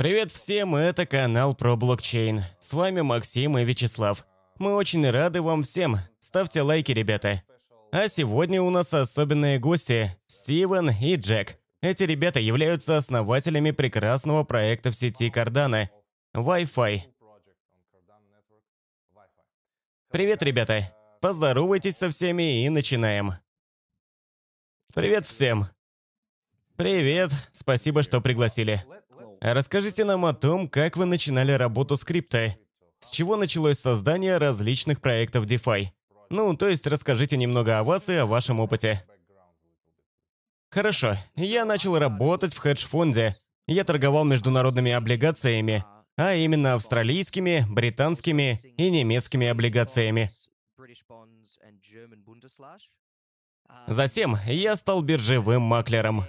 Привет всем, это канал про блокчейн. С вами Максим и Вячеслав. Мы очень рады вам всем. Ставьте лайки, ребята. А сегодня у нас особенные гости – Стивен и Джек. Эти ребята являются основателями прекрасного проекта в сети Cardano – Wi-Fi. Привет, ребята. Поздоровайтесь со всеми и начинаем. Привет всем. Привет, спасибо, что пригласили. Расскажите нам о том, как вы начинали работу с крипто. С чего началось создание различных проектов DeFi? Ну, то есть расскажите немного о вас и о вашем опыте. Хорошо, я начал работать в хедж-фонде. Я торговал международными облигациями, а именно австралийскими, британскими и немецкими облигациями. Затем я стал биржевым маклером.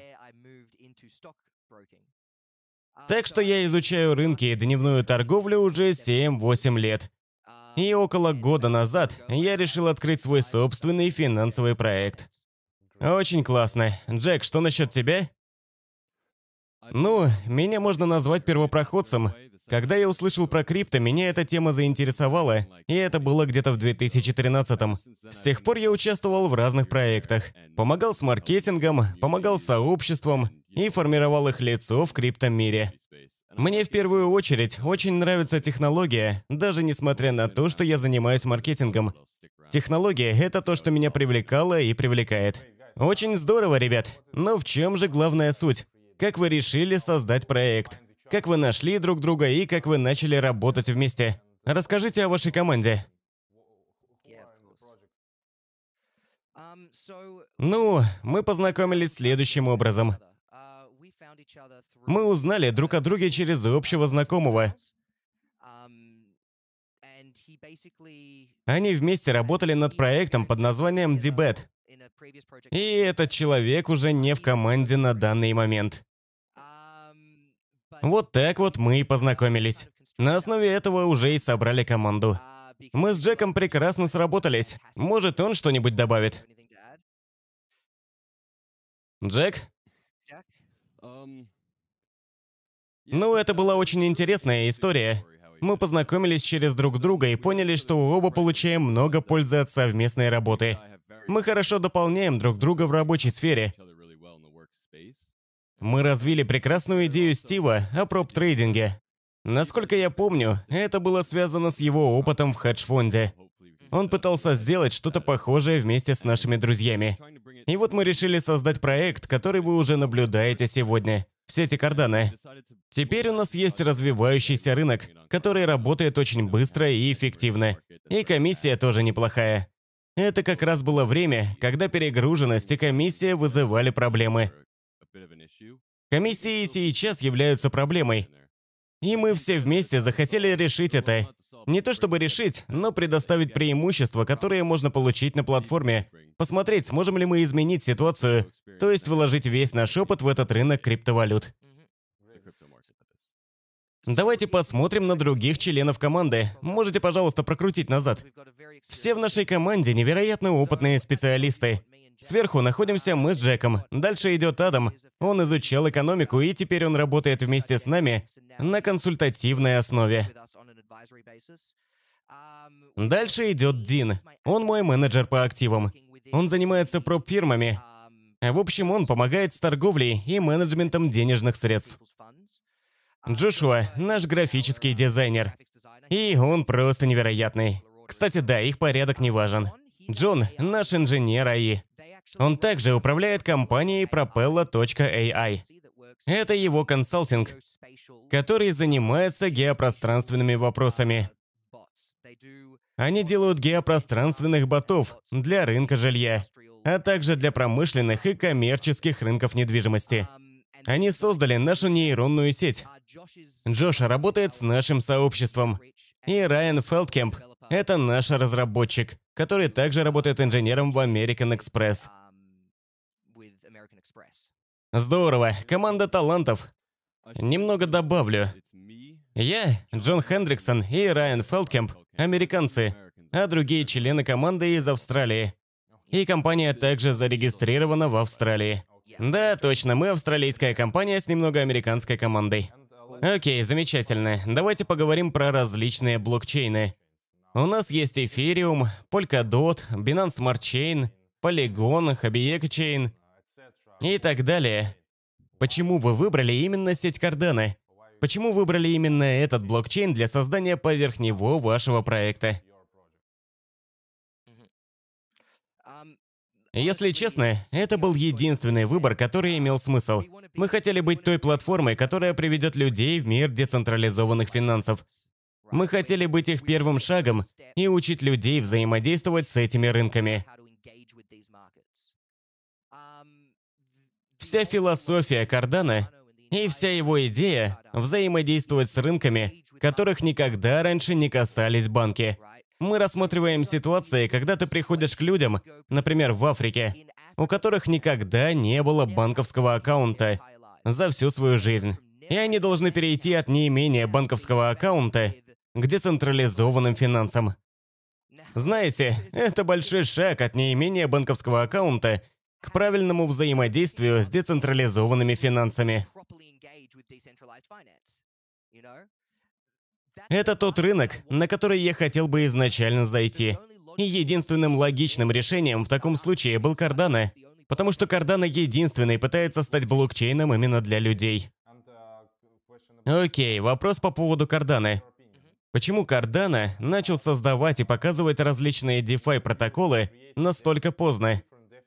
Так что я изучаю рынки и дневную торговлю уже 7-8 лет. И около года назад я решил открыть свой собственный финансовый проект. Очень классно. Джек, что насчет тебя? Ну, меня можно назвать первопроходцем. Когда я услышал про крипто, меня эта тема заинтересовала, и это было где-то в 2013-м. С тех пор я участвовал в разных проектах. Помогал с маркетингом, помогал сообществам и формировал их лицо в криптомире. Мне в первую очередь очень нравится технология, даже несмотря на то, что я занимаюсь маркетингом. Технология – это то, что меня привлекало и привлекает. Очень здорово, ребят. Но в чем же главная суть? Как вы решили создать проект? Как вы нашли друг друга и как вы начали работать вместе? Расскажите о вашей команде. Ну, мы познакомились следующим образом. Мы узнали друг о друге через общего знакомого. Они вместе работали над проектом под названием DBET. И этот человек уже не в команде на данный момент. Вот так вот мы и познакомились. На основе этого уже и собрали команду. Мы с Джеком прекрасно сработались. Может, он что-нибудь добавит? Джек? Ну, это была очень интересная история. Мы познакомились через друг друга и поняли, что оба получаем много пользы от совместной работы. Мы хорошо дополняем друг друга в рабочей сфере. Мы развили прекрасную идею Стива о прop-трейдинге. Насколько я помню, это было связано с его опытом в хедж-фонде. Он пытался сделать что-то похожее вместе с нашими друзьями. И вот мы решили создать проект, который вы уже наблюдаете сегодня, в сети Cardano. Теперь у нас есть развивающийся рынок, который работает очень быстро и эффективно. И комиссия тоже неплохая. Это как раз было время, когда перегруженность и комиссия вызывали проблемы. Комиссии сейчас являются проблемой. И мы все вместе захотели решить это. Не то чтобы решить, но предоставить преимущества, которые можно получить на платформе. Посмотреть, сможем ли мы изменить ситуацию, то есть вложить весь наш опыт в этот рынок криптовалют. Давайте посмотрим на других членов команды. Можете, пожалуйста, прокрутить назад. Все в нашей команде невероятно опытные специалисты. Сверху находимся мы с Джеком. Дальше идет Адам. Он изучал экономику, и теперь он работает вместе с нами на консультативной основе. Дальше идет Дин. Он мой менеджер по активам. Он занимается проб-фирмами. В общем, он помогает с торговлей и менеджментом денежных средств. Джошуа – наш графический дизайнер. И он просто невероятный. Кстати, да, их порядок не важен. Джон – наш инженер АИ. Он также управляет компанией Propella.ai. Это его консалтинг, который занимается геопространственными вопросами. Они делают геопространственных ботов для рынка жилья, а также для промышленных и коммерческих рынков недвижимости. Они создали нашу нейронную сеть. Джош работает с нашим сообществом. И Райан Фелдкемп – это наш разработчик, который также работает инженером в American Express. Здорово, команда талантов. Немного добавлю. Я, Джон Хендриксон и Райан Фелдкемп – американцы, а другие члены команды из Австралии. И компания также зарегистрирована в Австралии. Да, точно, мы австралийская компания с немного американской командой. Окей, замечательно. Давайте поговорим про различные блокчейны. У нас есть Ethereum, Polkadot, Binance Smart Chain, Polygon, Huobi Chain и так далее. Почему вы выбрали именно сеть Cardano? Почему выбрали именно этот блокчейн для создания поверх него вашего проекта? Если честно, это был единственный выбор, который имел смысл. Мы хотели быть той платформой, которая приведет людей в мир децентрализованных финансов. Мы хотели быть их первым шагом и учить людей взаимодействовать с этими рынками. Вся философия Cardano и вся его идея взаимодействовать с рынками, которых никогда раньше не касались банки. Мы рассматриваем ситуации, когда ты приходишь к людям, например, в Африке, у которых никогда не было банковского аккаунта за всю свою жизнь. И они должны перейти от неимения банковского аккаунта к децентрализованным финансам. Знаете, это большой шаг от неимения банковского аккаунта к правильному взаимодействию с децентрализованными финансами. Это тот рынок, на который я хотел бы изначально зайти. И единственным логичным решением в таком случае был Cardano, потому что Cardano единственный пытается стать блокчейном именно для людей. Окей, вопрос по поводу Cardano. Почему Cardano начал создавать и показывать различные DeFi протоколы настолько поздно?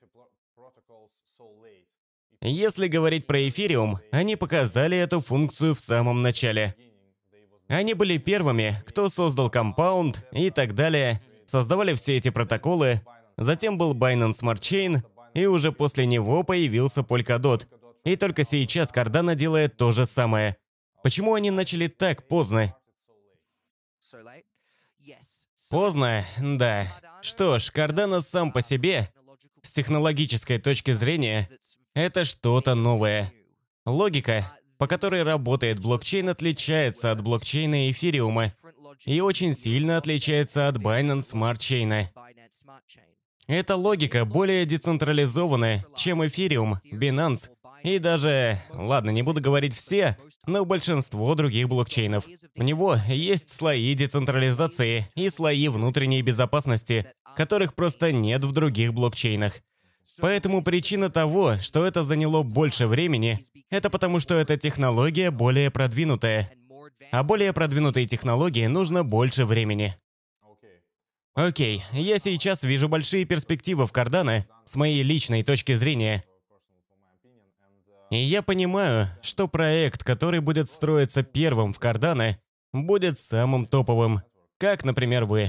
Если говорить про Ethereum, они показали эту функцию в самом начале. Они были первыми, кто создал Compound и так далее, создавали все эти протоколы, затем был Binance Smart Chain, и уже после него появился Polkadot. И только сейчас Cardano делает то же самое. Почему они начали так поздно? Поздно? Да. Что ж, Cardano сам по себе, с технологической точки зрения, это что-то новое. Логика, по которой работает блокчейн, отличается от блокчейна Эфириума и очень сильно отличается от Binance Smart Chain. Эта логика более децентрализованная, чем Эфириум, Binance и даже, ладно, не буду говорить все, но большинство других блокчейнов. У него есть слои децентрализации и слои внутренней безопасности, которых просто нет в других блокчейнах. Поэтому причина того, что это заняло больше времени, это потому, что эта технология более продвинутая. А более продвинутой технологии нужно больше времени. Окей, я сейчас вижу большие перспективы в Cardano с моей личной точки зрения. И я понимаю, что проект, который будет строиться первым в Cardano, будет самым топовым, как, например, вы.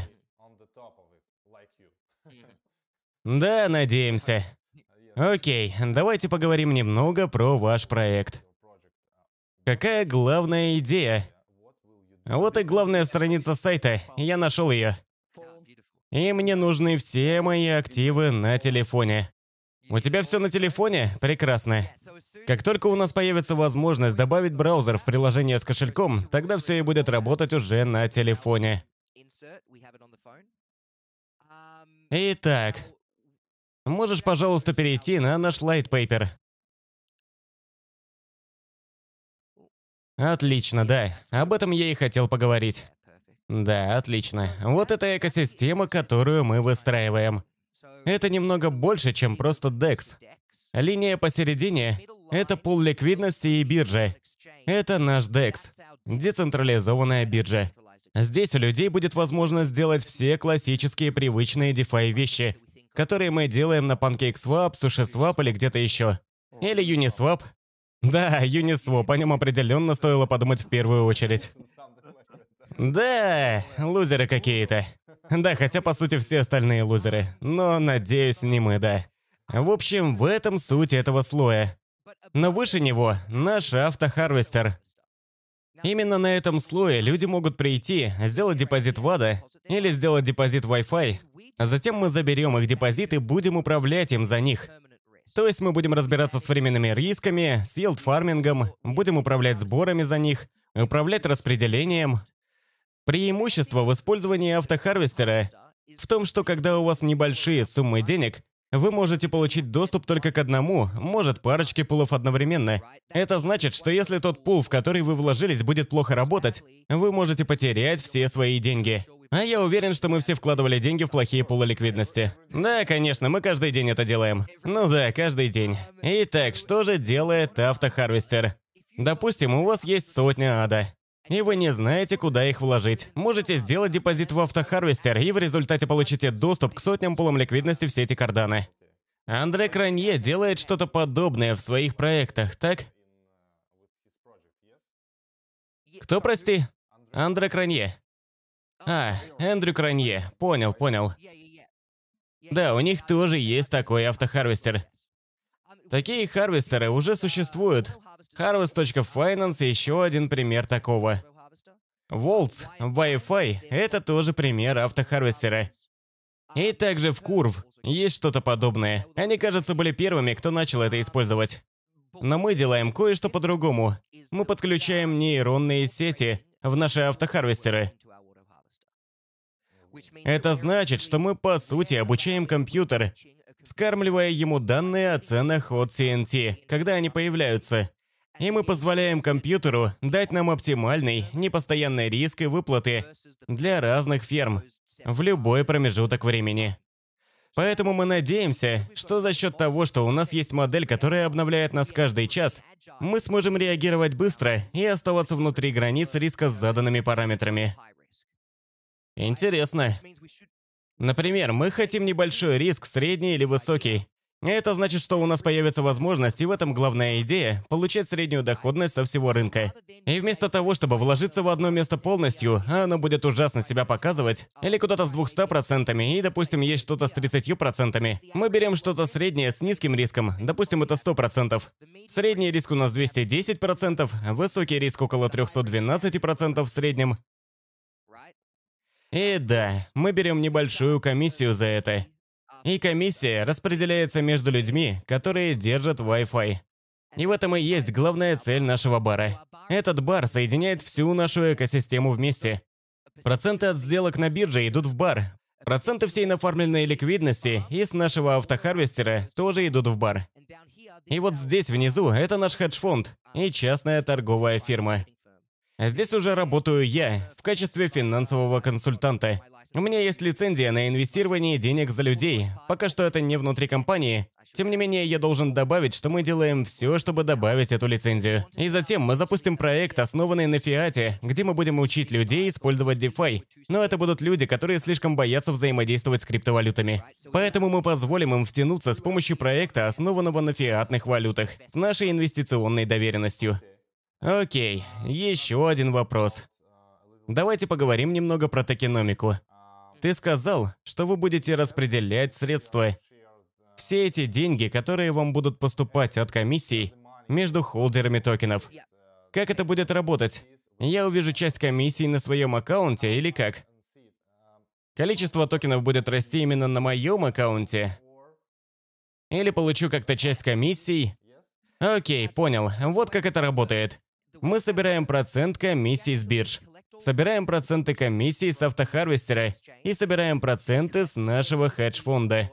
Да, надеемся. Окей, давайте поговорим немного про ваш проект. Какая главная идея? Вот и главная страница сайта, я нашел ее. И мне нужны все мои активы на телефоне. У тебя все на телефоне? Прекрасно. Как только у нас появится возможность добавить браузер в приложение с кошельком, тогда все и будет работать уже на телефоне. Итак, можешь, пожалуйста, перейти на наш Light Paper. Отлично, да. Об этом я и хотел поговорить. Да, отлично. Вот эта экосистема, которую мы выстраиваем. Это немного больше, чем просто DEX. Линия посередине – это пул ликвидности и биржа. Это наш DEX, децентрализованная биржа. Здесь у людей будет возможность сделать все классические привычные DeFi вещи, которые мы делаем на PancakeSwap, SushiSwap или где-то еще. Или Uniswap. Да, Uniswap, о нем определенно стоило подумать в первую очередь. Да, лузеры какие-то. Да, хотя по сути все остальные лузеры. Но, надеюсь, не мы, да. В общем, в этом суть этого слоя. Но выше него наш автохарвестер. Именно на этом слое люди могут прийти, сделать депозит в ADA или сделать депозит в Wi-Fi, а затем мы заберем их депозит и будем управлять им за них. То есть мы будем разбираться с временными рисками, с yield-фармингом, будем управлять сборами за них, управлять распределением. Преимущество в использовании автохарвестера в том, что когда у вас небольшие суммы денег, Вы можете получить доступ только к одному, может парочке пулов одновременно. Это значит, что если тот пул, в который вы вложились, будет плохо работать, вы можете потерять все свои деньги. А я уверен, что мы все вкладывали деньги в плохие пулы ликвидности. Да, конечно, мы каждый день это делаем. Ну да, каждый день. Итак, что же делает автохарвестер? Допустим, у вас есть 100 ада. И вы не знаете, куда их вложить. Можете сделать депозит в автохарвестер, и в результате получите доступ к сотням пулам ликвидности в сети Cardano. Андре Кранье делает что-то подобное в своих проектах, так? Кто, прости? Андре Кранье. Эндрю Кранье. Понял. Да, у них тоже есть такой автохарвестер. Такие харвестеры уже существуют. Harvest.finance еще один пример такого. Volts, Wi-Fi – это тоже пример автохарвестера. И также в Curve есть что-то подобное. Они, кажется, были первыми, кто начал это использовать. Но мы делаем кое-что по-другому. Мы подключаем нейронные сети в наши автохарвестеры. Это значит, что мы по сути обучаем компьютер, скармливая ему данные о ценах от CNT, когда они появляются. И мы позволяем компьютеру дать нам оптимальный, непостоянный риск и выплаты для разных ферм в любой промежуток времени. Поэтому мы надеемся, что за счет того, что у нас есть модель, которая обновляет нас каждый час, мы сможем реагировать быстро и оставаться внутри границ риска с заданными параметрами. Интересно. Например, мы хотим небольшой риск, средний или высокий. Это значит, что у нас появится возможность, и в этом главная идея, получать среднюю доходность со всего рынка. И вместо того, чтобы вложиться в одно место полностью, а оно будет ужасно себя показывать, или куда-то с 200%, и, допустим, есть что-то с 30%, мы берем что-то среднее с низким риском, допустим, это 100%. Средний риск у нас 210%, высокий риск около 312% в среднем. И да, мы берем небольшую комиссию за это. И комиссия распределяется между людьми, которые держат Wi-Fi. И в этом и есть главная цель нашего бара. Этот бар соединяет всю нашу экосистему вместе. Проценты от сделок на бирже идут в бар. Проценты всей нафармленной ликвидности из нашего автохарвестера тоже идут в бар. И вот здесь внизу это наш хедж-фонд и частная торговая фирма. А здесь уже работаю я в качестве финансового консультанта. У меня есть лицензия на инвестирование денег за людей. Пока что это не внутри компании. Тем не менее, я должен добавить, что мы делаем все, чтобы добавить эту лицензию. И затем мы запустим проект, основанный на фиате, где мы будем учить людей использовать DeFi. Но это будут люди, которые слишком боятся взаимодействовать с криптовалютами. Поэтому мы позволим им втянуться с помощью проекта, основанного на фиатных валютах, с нашей инвестиционной доверенностью. Окей, еще один вопрос. Давайте поговорим немного про токеномику. Ты сказал, что вы будете распределять средства. Все эти деньги, которые вам будут поступать от комиссий, между холдерами токенов. Как это будет работать? Я увижу часть комиссий на своем аккаунте или как? Количество токенов будет расти именно на моем аккаунте? Или получу как-то часть комиссий? Окей, понял. Вот как это работает. Мы собираем процент комиссий с бирж. Собираем проценты комиссий с автохарвестера и собираем проценты с нашего хедж-фонда.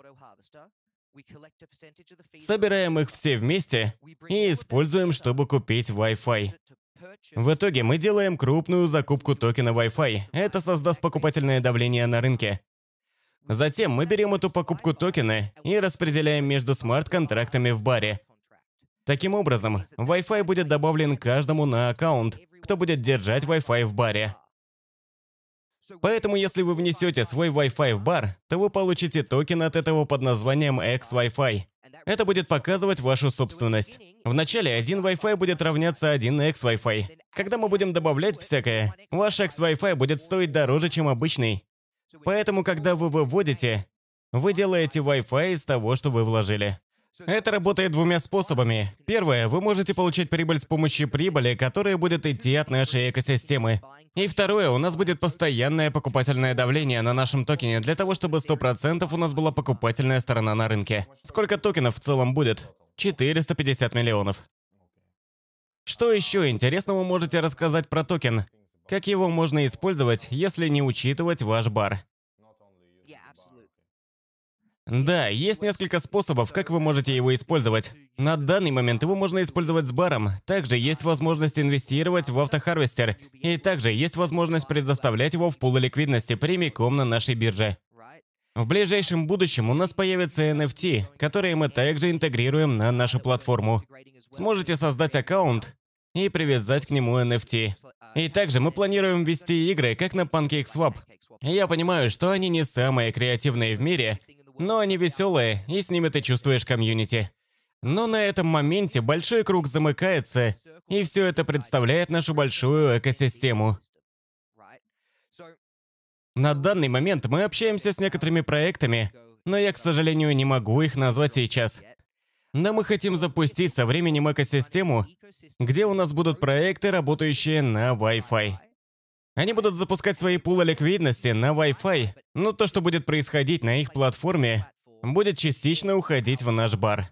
Собираем их все вместе и используем, чтобы купить Wi-Fi. В итоге мы делаем крупную закупку токена Wi-Fi. Это создаст покупательное давление на рынке. Затем мы берем эту покупку токена и распределяем между смарт-контрактами в баре. Таким образом, Wi-Fi будет добавлен каждому на аккаунт, кто будет держать Wi-Fi в баре. Поэтому, если вы внесете свой Wi-Fi в бар, то вы получите токен от этого под названием X-Wi-Fi. Это будет показывать вашу собственность. Вначале один Wi-Fi будет равняться 1 X-Wi-Fi. Когда мы будем добавлять всякое, ваш X-Wi-Fi будет стоить дороже, чем обычный. Поэтому, когда вы выводите, вы делаете Wi-Fi из того, что вы вложили. Это работает двумя способами. Первое, вы можете получать прибыль с помощью прибыли, которая будет идти от нашей экосистемы. И второе, у нас будет постоянное покупательное давление на нашем токене для того, чтобы 100% у нас была покупательная сторона на рынке. Сколько токенов в целом будет? 450 миллионов. Что еще интересного можете рассказать про токен? Как его можно использовать, если не учитывать ваш бар? Да, есть несколько способов, как вы можете его использовать. На данный момент его можно использовать с баром. Также есть возможность инвестировать в автохарвестер. И также есть возможность предоставлять его в пулы ликвидности прямиком на нашей бирже. В ближайшем будущем у нас появятся NFT, которые мы также интегрируем на нашу платформу. Сможете создать аккаунт и привязать к нему NFT. И также мы планируем ввести игры, как на PancakeSwap. Я понимаю, что они не самые креативные в мире, но они веселые, и с ними ты чувствуешь комьюнити. Но на этом моменте большой круг замыкается, и все это представляет нашу большую экосистему. На данный момент мы общаемся с некоторыми проектами, но я, к сожалению, не могу их назвать сейчас. Но мы хотим запустить со временем экосистему, где у нас будут проекты, работающие на Wi-Fi. Они будут запускать свои пулы ликвидности на Wi-Fi, но то, что будет происходить на их платформе, будет частично уходить в наш бар.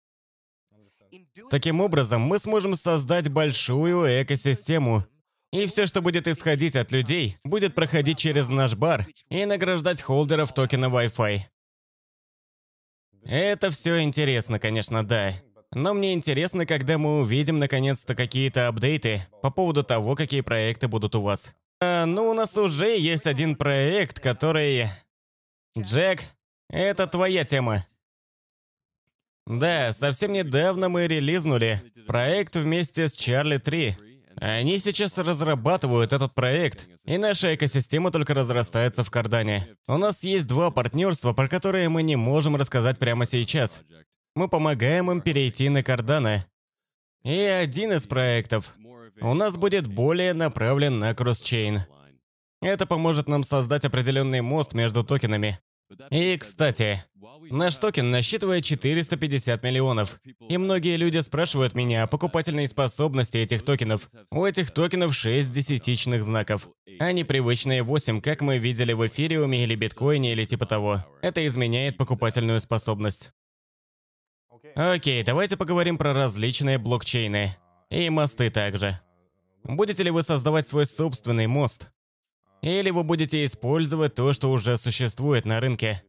Таким образом, мы сможем создать большую экосистему, и все, что будет исходить от людей, будет проходить через наш бар и награждать холдеров токена Wi-Fi. Это все интересно, конечно, да. Но мне интересно, когда мы увидим наконец-то какие-то апдейты по поводу того, какие проекты будут у вас. Ну, у нас уже есть один проект, который... Джек, это твоя тема. Да, совсем недавно мы релизнули проект вместе с Charlie 3. Они сейчас разрабатывают этот проект, и наша экосистема только разрастается в Кардане. У нас есть два партнерства, про которые мы не можем рассказать прямо сейчас. Мы помогаем им перейти на Кардана. И один из проектов у нас будет более направлен на кросс-чейн. Это поможет нам создать определенный мост между токенами. И, кстати, наш токен насчитывает 450 миллионов. И многие люди спрашивают меня о покупательной способности этих токенов. У этих токенов 6 десятичных знаков, а не привычные 8, как мы видели в эфириуме или биткоине или типа того. Это изменяет покупательную способность. Окей, давайте поговорим про различные блокчейны. И мосты также. Будете ли вы создавать свой собственный мост? Или вы будете использовать то, что уже существует на рынке?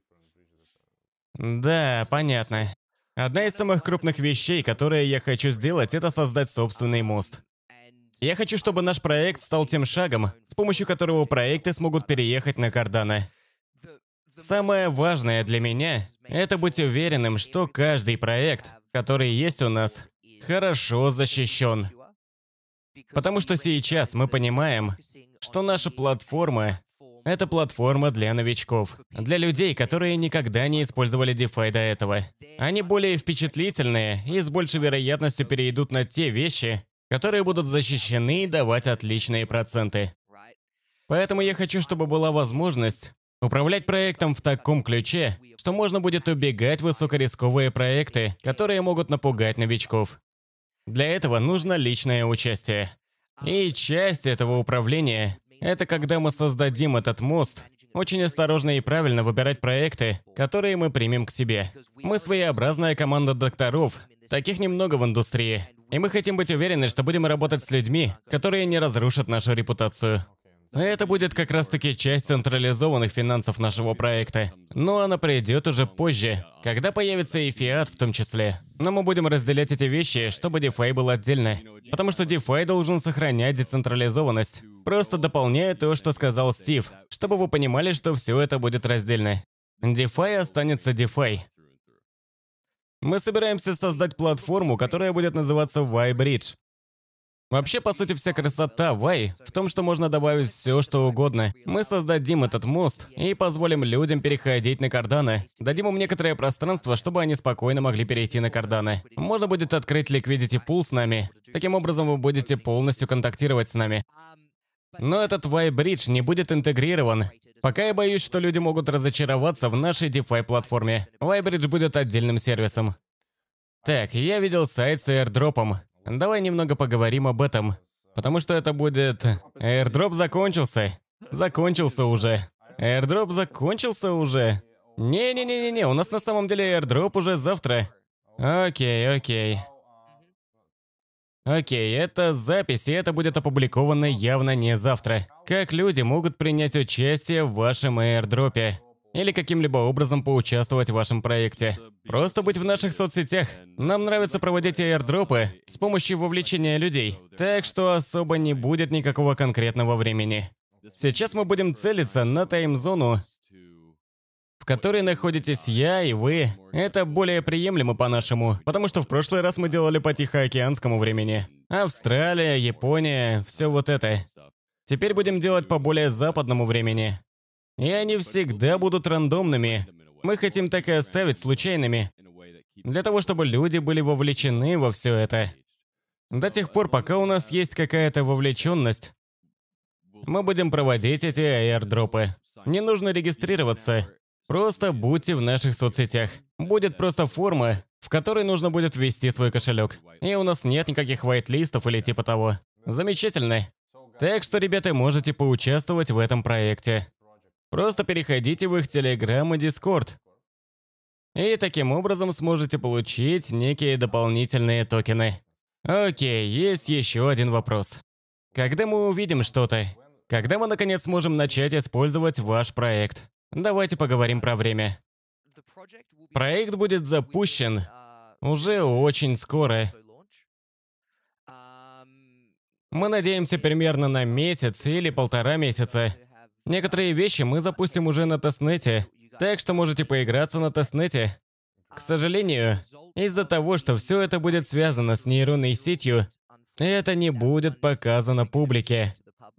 Да, понятно. Одна из самых крупных вещей, которые я хочу сделать, это создать собственный мост. Я хочу, чтобы наш проект стал тем шагом, с помощью которого проекты смогут переехать на Кардана. Самое важное для меня – это быть уверенным, что каждый проект, который есть у нас, хорошо защищен. Потому что сейчас мы понимаем, что наша платформа – это платформа для новичков, для людей, которые никогда не использовали DeFi до этого. Они более впечатлительные и с большей вероятностью перейдут на те вещи, которые будут защищены и давать отличные проценты. Поэтому я хочу, чтобы была возможность управлять проектом в таком ключе, что можно будет убегать в высокорисковые проекты, которые могут напугать новичков. Для этого нужно личное участие. И часть этого управления – это когда мы создадим этот мост, очень осторожно и правильно выбирать проекты, которые мы примем к себе. Мы своеобразная команда докторов, таких немного в индустрии. И мы хотим быть уверены, что будем работать с людьми, которые не разрушат нашу репутацию. Это будет как раз-таки часть централизованных финансов нашего проекта. Но она придет уже позже, когда появится и фиат в том числе. Но мы будем разделять эти вещи, чтобы DeFi был отдельно. Потому что DeFi должен сохранять децентрализованность. Просто дополняя то, что сказал Стив, чтобы вы понимали, что все это будет раздельно. DeFi останется DeFi. Мы собираемся создать платформу, которая будет называться Y-Bridge. Вообще, по сути, вся красота Y в том, что можно добавить все, что угодно. Мы создадим этот мост и позволим людям переходить на Кардана. Дадим им некоторое пространство, чтобы они спокойно могли перейти на Кардана. Можно будет открыть Liquidity Pool с нами. Таким образом, вы будете полностью контактировать с нами. Но этот Y-Bridge не будет интегрирован. Пока я боюсь, что люди могут разочароваться в нашей DeFi-платформе. Y-Bridge будет отдельным сервисом. Так, я видел сайт с airdrop'ом. Давай немного поговорим об этом, потому что это будет... Airdrop закончился. Закончился уже. Airdrop закончился уже. Не-не-не-не-не, у нас на самом деле airdrop уже завтра. Окей. Окей, это запись, и это будет опубликовано явно не завтра. Как люди могут принять участие в вашем airdrop'е? или каким-либо образом поучаствовать в вашем проекте. Просто быть в наших соцсетях. Нам нравится проводить airdropы с помощью вовлечения людей, так что особо не будет никакого конкретного времени. Сейчас мы будем целиться на таймзону, в которой находитесь я и вы. Это более приемлемо по-нашему, потому что в прошлый раз мы делали по Тихоокеанскому времени. Австралия, Япония, все вот это. Теперь будем делать по более западному времени. И они всегда будут рандомными. Мы хотим так и оставить случайными, для того, чтобы люди были вовлечены во все это. До тех пор, пока у нас есть какая-то вовлеченность, мы будем проводить эти airdropы. Не нужно регистрироваться. Просто будьте в наших соцсетях. Будет просто форма, в которой нужно будет ввести свой кошелек. И у нас нет никаких вайт-листов или типа того. Замечательно. Так что, ребята, можете поучаствовать в этом проекте. Просто переходите в их Telegram и Discord. И таким образом сможете получить некие дополнительные токены. Окей, есть еще один вопрос. Когда мы увидим что-то? Когда мы наконец сможем начать использовать ваш проект? Давайте поговорим про время. Проект будет запущен уже очень скоро. Мы надеемся примерно на месяц или 1,5 месяца. Некоторые вещи мы запустим уже на тестнете, так что можете поиграться на тестнете. К сожалению, из-за того, что все это будет связано с нейронной сетью, это не будет показано публике.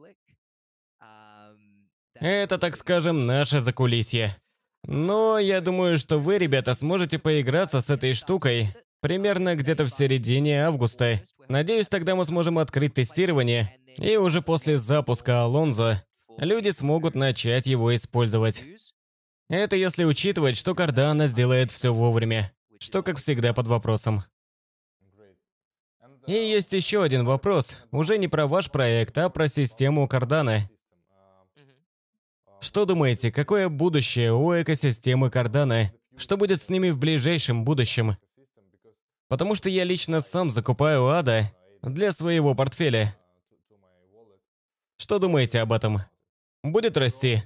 Это, так скажем, наше закулисье. Но я думаю, что вы, ребята, сможете поиграться с этой штукой примерно где-то в середине августа. Надеюсь, тогда мы сможем открыть тестирование, и уже после запуска Alonzo люди смогут начать его использовать. Это если учитывать, что Cardano сделает все вовремя, что, как всегда, под вопросом. И есть еще один вопрос, уже не про ваш проект, а про систему Cardano. Что думаете, какое будущее у экосистемы Cardano? Что будет с ними в ближайшем будущем? Потому что я лично сам закупаю ADA для своего портфеля. Что думаете об этом? Будет расти?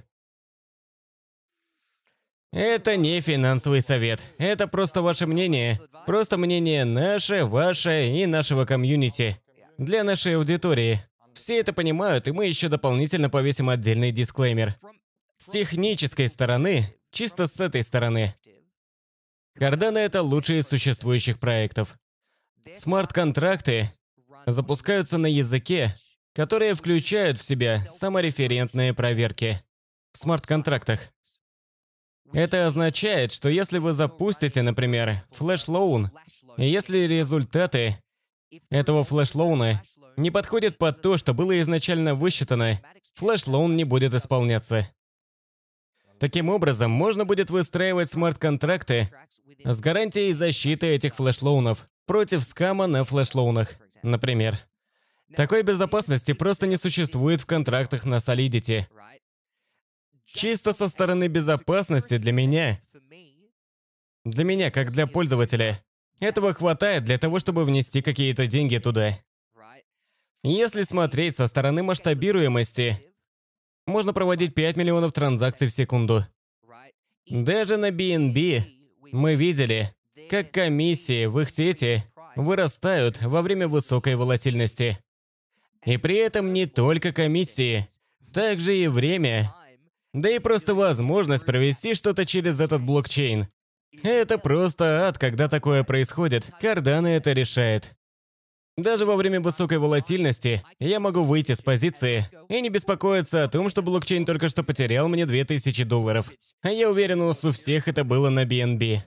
Это не финансовый совет. Это просто ваше мнение. Просто мнение наше, ваше и нашего комьюнити. Для нашей аудитории. Все это понимают, и мы еще дополнительно повесим отдельный дисклеймер. С технической стороны, чисто с этой стороны, Cardano — это лучший из существующих проектов. Смарт-контракты запускаются на языке, которые включают в себя самореферентные проверки в смарт-контрактах. Это означает, что если вы запустите, например, флеш-лоун, и если результаты этого флеш-лоуна не подходят под то, что было изначально высчитано, флеш-лоун не будет исполняться. Таким образом, можно будет выстраивать смарт-контракты с гарантией защиты этих флеш-лоунов против скама на флеш-лоунах, например. Такой безопасности просто не существует в контрактах на Solidity. Чисто со стороны безопасности для меня, как для пользователя, этого хватает для того, чтобы внести какие-то деньги туда. Если смотреть со стороны масштабируемости, можно проводить 5 миллионов транзакций в секунду. Даже на BNB мы видели, как комиссии в их сети вырастают во время высокой волатильности. И при этом не только комиссии, также и время, да и просто возможность провести что-то через этот блокчейн. Это просто ад, когда такое происходит. Cardano это решает. Даже во время высокой волатильности я могу выйти с позиции и не беспокоиться о том, что блокчейн только что потерял мне $2000. А я уверен, у всех это было на BNB.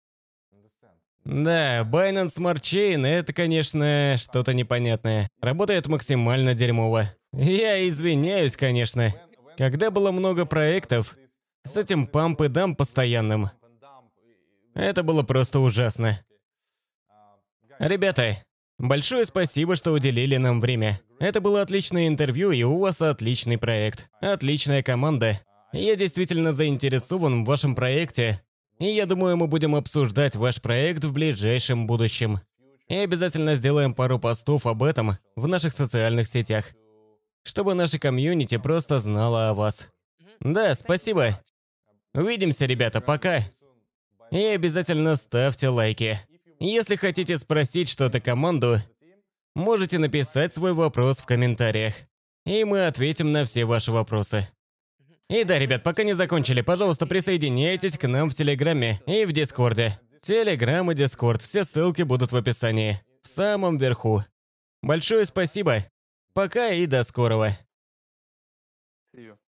Да, Binance Smart Chain — это, конечно, что-то непонятное. Работает максимально дерьмово. Я извиняюсь, конечно. Когда было много проектов с этим памп и дамп постоянным, это было просто ужасно. Ребята, большое спасибо, что уделили нам время. Это было отличное интервью, и у вас отличный проект. Отличная команда. Я действительно заинтересован в вашем проекте. И я думаю, мы будем обсуждать ваш проект в ближайшем будущем. И обязательно сделаем пару постов об этом в наших социальных сетях, чтобы наша комьюнити просто знала о вас. Да, спасибо. Увидимся, ребята, пока. И обязательно ставьте лайки. Если хотите спросить что-то команду, можете написать свой вопрос в комментариях. И мы ответим на все ваши вопросы. И да, ребят, пока не закончили, пожалуйста, присоединяйтесь к нам в Телеграме и в Дискорде. Телеграм и Дискорд, все ссылки будут в описании. В самом верху. Большое спасибо. Пока и до скорого. See you.